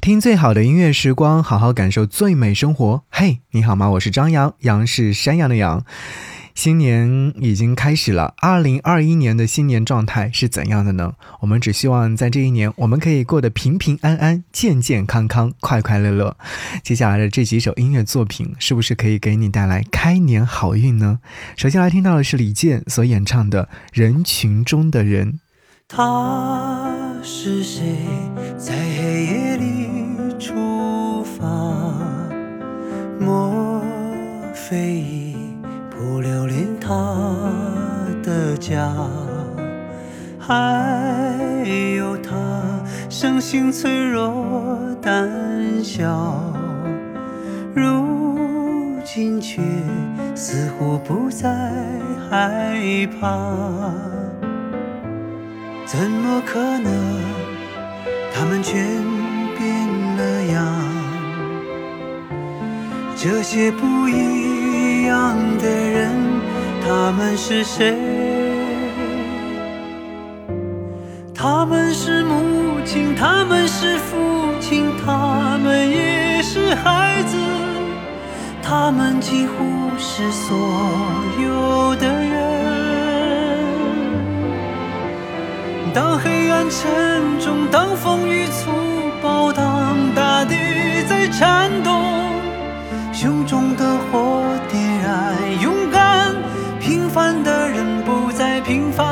听最好的音乐时光，好好感受最美生活。嘿，你好吗？我是张扬，杨是山羊的羊。新年已经开始了，2021年的新年状态是怎样的呢？我们只希望在这一年我们可以过得平平安安、健健康康、快快乐乐。接下来的这几首音乐作品是不是可以给你带来开年好运呢？首先来听到的是李健所演唱的《人群中的人》。 他是谁在黑夜里出发？莫非已不留恋他的家？还有他生性脆弱胆小，如今却似乎不再害怕。怎么可能他们全变了样？这些不一样的人，他们是谁？他们是母亲，他们是父亲，他们也是孩子，他们几乎是所有的人。当黑暗沉重，当风雨粗暴，当大地在颤动，胸中的火点燃，勇敢平凡的人不再平凡。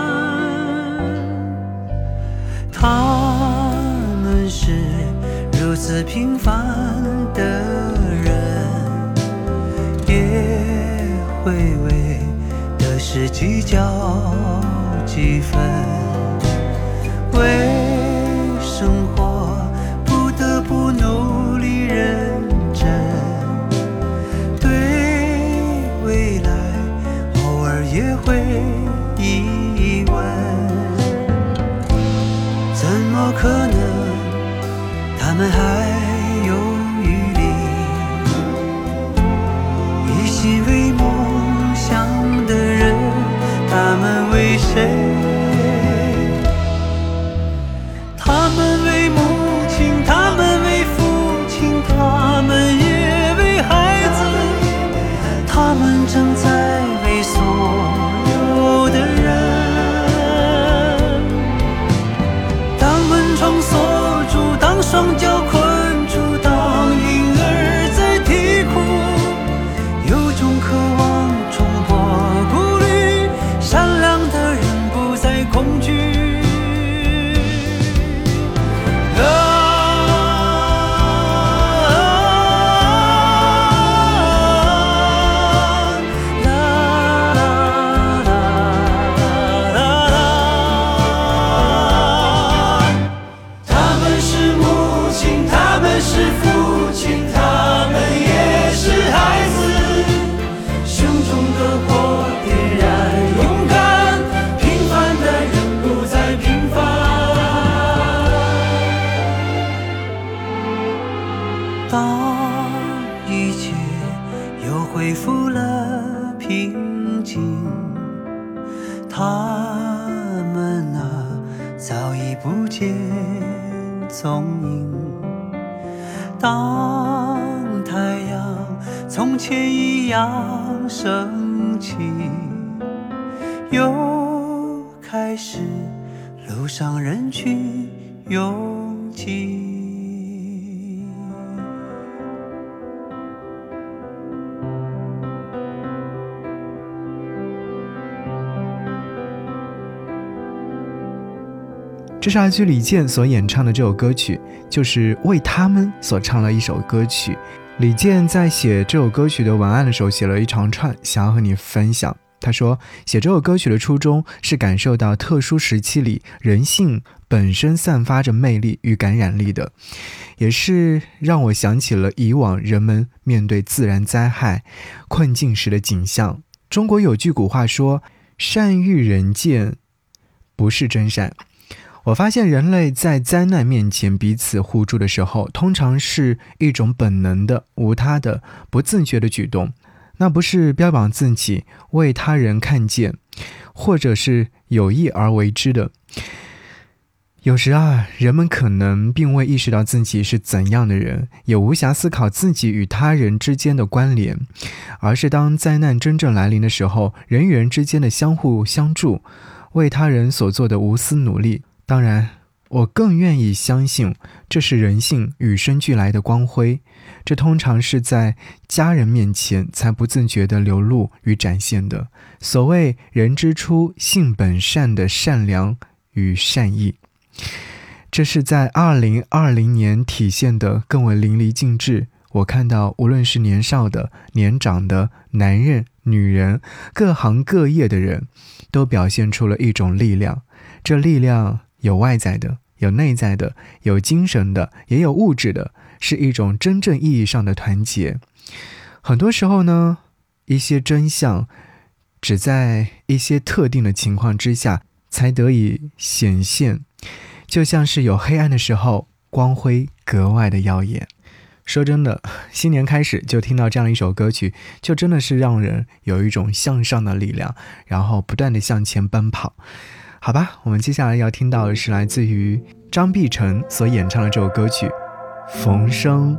他们是如此平凡的人，也会为得失计较几分，为生活不得不努力认真，对未来偶尔也会疑问。怎么可能他们还有余力，一心为梦想的人，他们为谁？他们为母亲，他们为父亲，他们也为孩子，他们正在为所有的人。当门窗锁住，当双脚困住，当婴儿在啼哭，有种渴望冲破顾虑，善良的人不再恐惧。当一切又恢复了平静，他们啊早已不见踪影。当太阳从前一样升起，又开始路上人群拥挤。 这是来自李健所演唱的这首歌曲，就是为他们所唱了一首歌曲。李健在写这首歌曲的文案的时候写了一长串，想要和你分享。他说，写这首歌曲的初衷是感受到特殊时期里人性本身散发着魅力与感染力的，也是让我想起了以往人们面对自然灾害困境时的景象。中国有句古话说，善遇人见不是真善。我发现人类在灾难面前彼此互助的时候，通常是一种本能的、无他的、不自觉的举动，那不是标榜自己为他人看见，或者是有意而为之的。 有时啊，人们可能并未意识到自己是怎样的人，也无暇思考自己与他人之间的关联，而是当灾难真正来临的时候，人与人之间的相互相助，为他人所做的无私努力。当然，我更愿意相信这是人性与生俱来的光辉，这通常是在家人面前才不自觉地流露与展现的。所谓人之初性本善的善良与善意，这是在2020年体现得更为淋漓尽致。我看到无论是年少的、年长的、男人、女人，各行各业的人都表现出了一种力量。这力量有外在的，有内在的，有精神的，也有物质的，是一种真正意义上的团结。很多时候呢，一些真相只在一些特定的情况之下才得以显现，就像是有黑暗的时候，光辉格外的耀眼。说真的，新年开始就听到这样一首歌曲，就真的是让人有一种向上的力量，然后不断的向前奔跑。好吧，我们接下来要听到的是来自于张碧晨所演唱的这首歌曲《冯生》。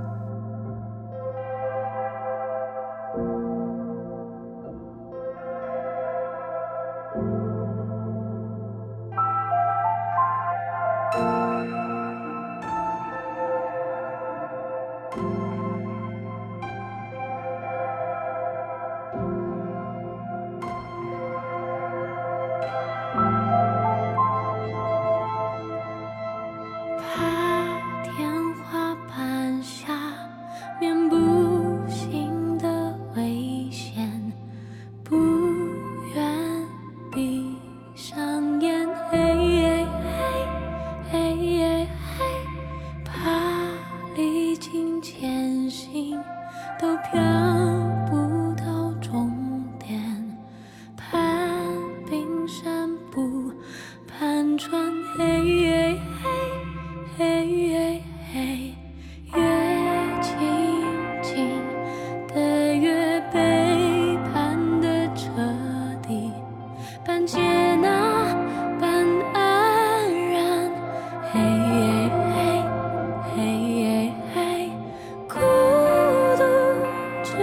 都飘不到终点，盼冰山不盼穿，嘿嘿嘿嘿，越亲近的越背叛的彻底，半接纳半安然，嘿嘿嘿嘿，孤独只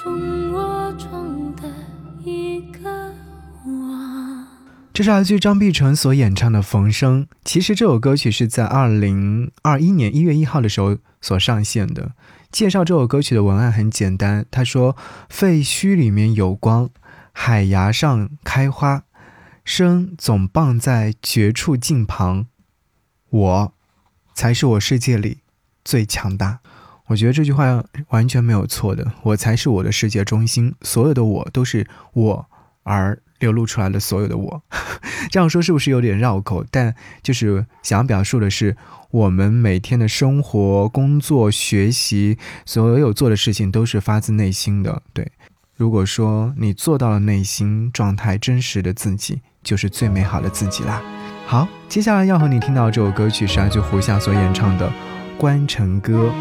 中我中的一个我。 这是来自于张碧晨所演唱的《冯生》。其实这首歌曲是在2021年1月1号的时候所上线的。介绍这首歌曲的文案很简单，他说：废墟里面有光，海崖上开花，生总傍在绝处近旁，我才是我世界里最强大。我觉得这句话完全没有错的，我才是我的世界中心，所有的我都是我而流露出来的所有的我。这样说是不是有点绕口？但就是想要表述的是，我们每天的生活、工作、学习，所有做的事情都是发自内心的。对，如果说你做到了内心状态真实的自己，就是最美好的自己啦。好，接下来要和你听到这首歌曲是来自胡夏所演唱的《关城歌》。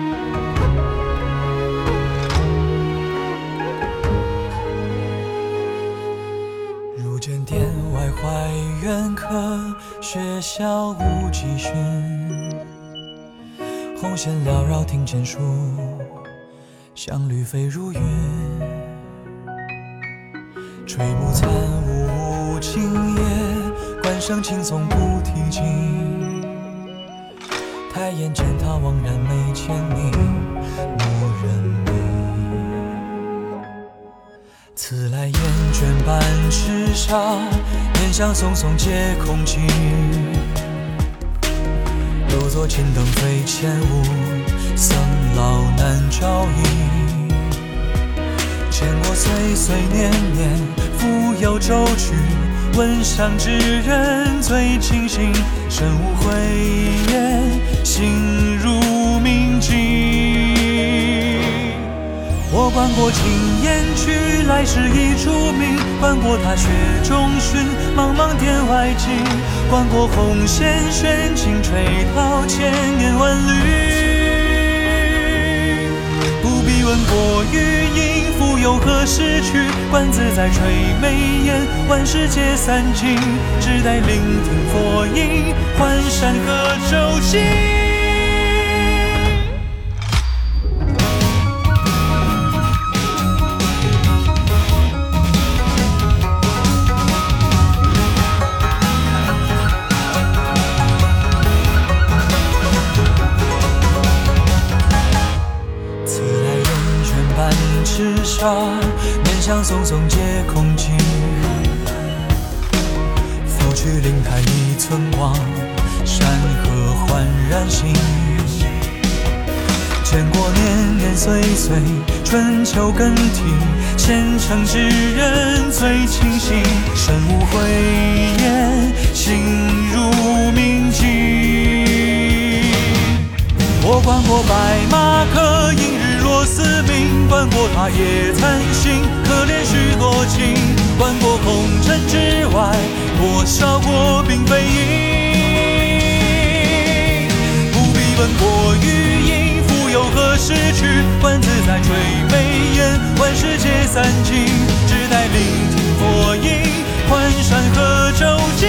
如见天外怀远客，学校无集训，红线缭绕庭前树，香绿飞如云。吹木残雾无尽夜，关上青松不提及。抬眼见他惘然没见你，无人理。此来厌倦半痴傻，念想匆匆皆空寂。如坐青灯飞前雾，僧老难照应。见过岁岁年年，复有舟去，问上之人最清醒。身无慧眼，心如明镜。我观过青烟去，来时已注明。观过他雪中寻，茫茫天外景。观过红线悬，轻垂涛，千言万缕。不必问过余音，复有何时去？观自在垂眉眼，万事皆散尽。只待聆听佛音，还山河骤起。痴傻，念想匆匆皆空寂。拂去灵台一寸光，山河焕然新。见过年年岁岁，春秋更替。虔诚之人最清醒，身无慧眼，心如明镜。我观过白马客，映日落嘶鸣。观过他夜残星，可怜许多情。观过红尘之外，多少过并非因。不必问过余音，复有何时去？观自在垂眉眼，万事皆散尽。只待聆听佛音，还山河骤起。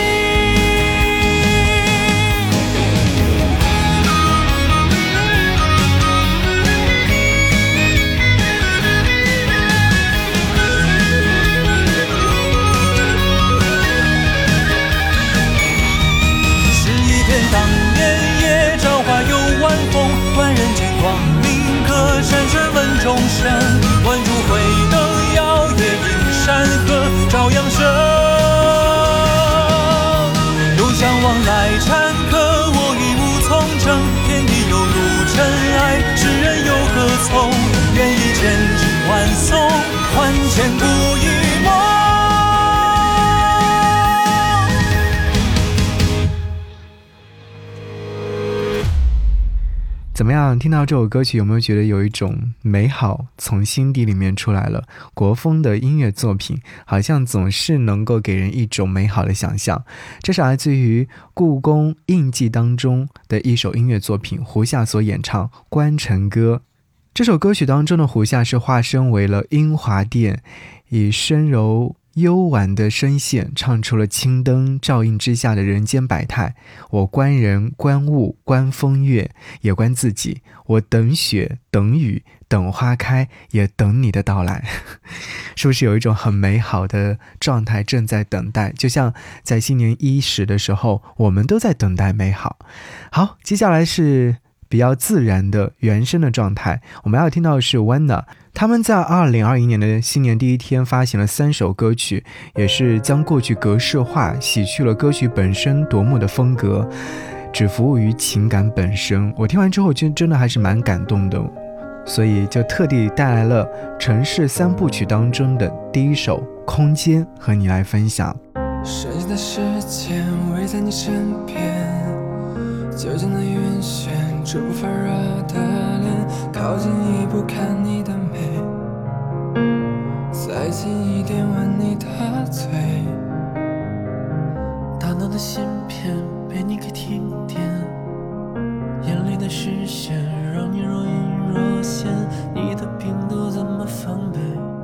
当年夜朝花有晚风，万人间光明可闪烁问众生。万株慧灯摇曳映山河，照阳生。又向往来禅客，我已无从证。天地犹如尘埃，世人又何从？愿以千金万颂，还千古一梦。 怎么样？听到这首歌曲，有没有觉得有一种美好从心底里面出来了？国风的音乐作品好像总是能够给人一种美好的想象。这是来自于故宫印记当中的一首音乐作品，胡夏所演唱《关城歌》。这首歌曲当中的胡夏是化身为了英华殿，以深柔幽婉的声线唱出了青灯照映之下的人间百态。我观人观物观风月，也观自己。我等雪等雨等花开，也等你的到来。是不是有一种很美好的状态正在等待？就像在新年伊始的时候，我们都在等待美好。好，接下来是比较自然的原声的状态。我们要听到的是 Wanna， 他们在2021年的新年第一天发行了3首歌曲，也是将过去格式化，洗去了歌曲本身夺目的风格，只服务于情感本身。我听完之后真的还是蛮感动的，所以就特地带来了城市3部曲当中的第一首《空间》和你来分享。 瞬间的时间围在你身边，就像那晕眩触不发热的脸，靠近一步看你的美，再近一点吻你的嘴， 大脑的芯片被你给停电，眼里的视线让你若隐若现，你的病毒怎么防备？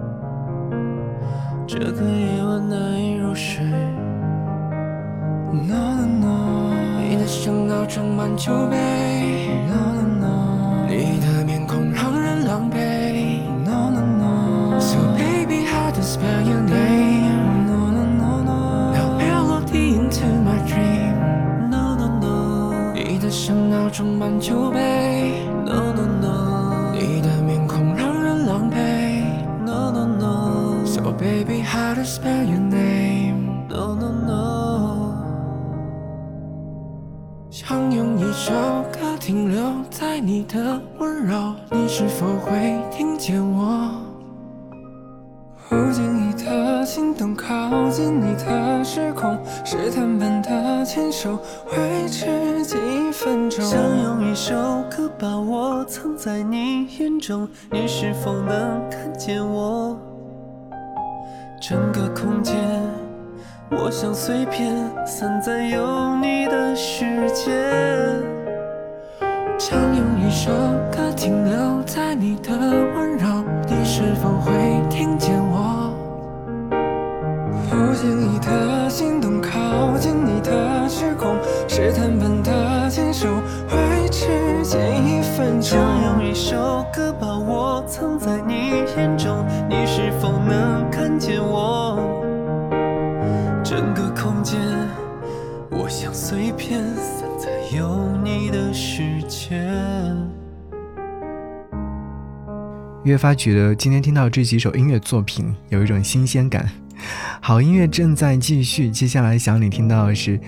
这个夜晚难以入睡。 No no no， 你的声道充满酒杯。No no no， 你的面孔让人狼狈。No no no，So baby how to spell your name？No no no no， Now melody into my dream。No no no， 你的声道充满酒杯。 No no no， 你的面孔让人狼狈。 No no no，So baby how to spell your name？No no no， 想用一首歌停留在你的温柔，你是否会听见我？不经意的心动靠近你的时空，试探般的牵手维持几分钟。 想用一首歌把我藏在你眼中，你是否能看见我？整个空间我像碎片散在有你的世界， 想用一首歌停留在你的温柔，你是否会听见我？不经意的心动靠近你的时空，试探般的牵手维持几分钟。 想用一首歌把我藏在你眼中，你是否能看见我？整个空间我像碎片散在有你的世界。 越发觉得今天听到这几首音乐作品有一种新鲜感。好音乐正在继续，接下来想你听到的是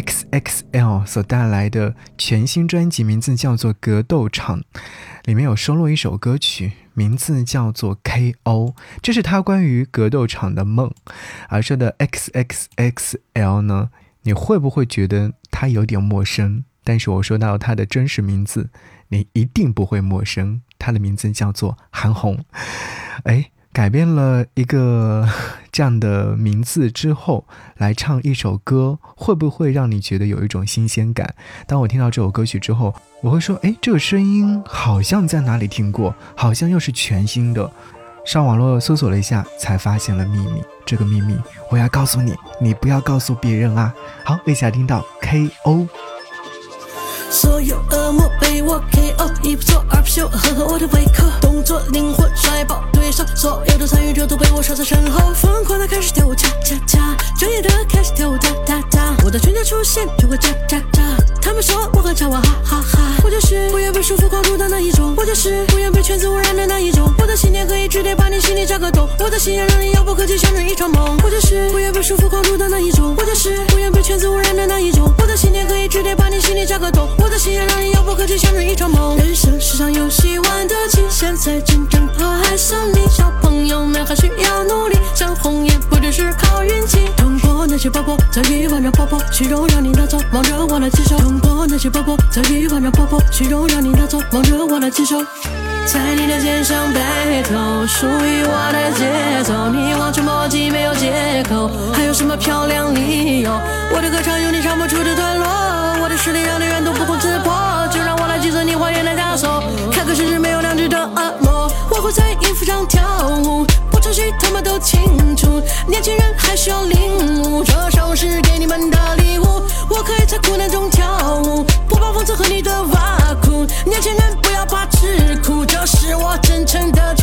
XXL 所带来的全新专辑，名字叫做《格斗场》，里面有收录一首歌曲，名字叫做 KO， 这是他关于格斗场的梦。而说的 XXXL 呢，你会不会觉得他有点陌生？但是我说到他的真实名字，你一定不会陌生，他的名字叫做韩红。改变了一个这样的名字之后来唱一首歌，会不会让你觉得有一种新鲜感？当我听到这首歌曲之后，我会说这个声音好像在哪里听过，好像又是全新的。上网络搜索了一下，才发现了秘密。这个秘密我要告诉你，你不要告诉别人啊。好，一起来听到 KO。 所有恶魔被我 KO， 一不做二不休，合合我的胃口，动作灵活甩爆对手，所有的参与者都被我甩在身后，疯狂的开始跳舞恰恰恰，专业的开始跳舞哒哒哒，我的全家出现就会喳喳喳，他们说我很吵啊哈哈哈，我就是不愿被束缚框住的那一种，我就是不愿被圈子污染的那一种，我的信念可以直接把你心里扎个洞，我的信仰让你遥不可及像是一场梦，我就是不愿被束缚框住的那一种，我就是不愿被圈子污染的那一种，我的信念可以直接把你心里扎个洞，我的信仰让你遥不可及像是一场梦。人生是场游戏，玩得起，现在真正跑还胜利，小朋友们还需要努力，想红也不只是靠运气，通过那些波波遭遇万丈波波，虚荣让你拿走，望着我来接受，通过那些波波遭遇万丈波波，虚荣让你拿走，望着我来接受，在你的肩上背头，属于我的节奏，你望尘莫及没有借口，还有什么漂亮理由？我的歌唱有你唱不出的段落，我的实力让你人都不攻自破，就让我来计算你还原的枷锁，看个甚至没有良知的恶魔，我会在音符上跳舞，不承许他们都清楚，年轻人还需要领悟，这首是给你们的礼物。我可以在苦难中跳舞，不怕讽刺和你的挖苦，年轻人不要怕吃苦，这是我真诚的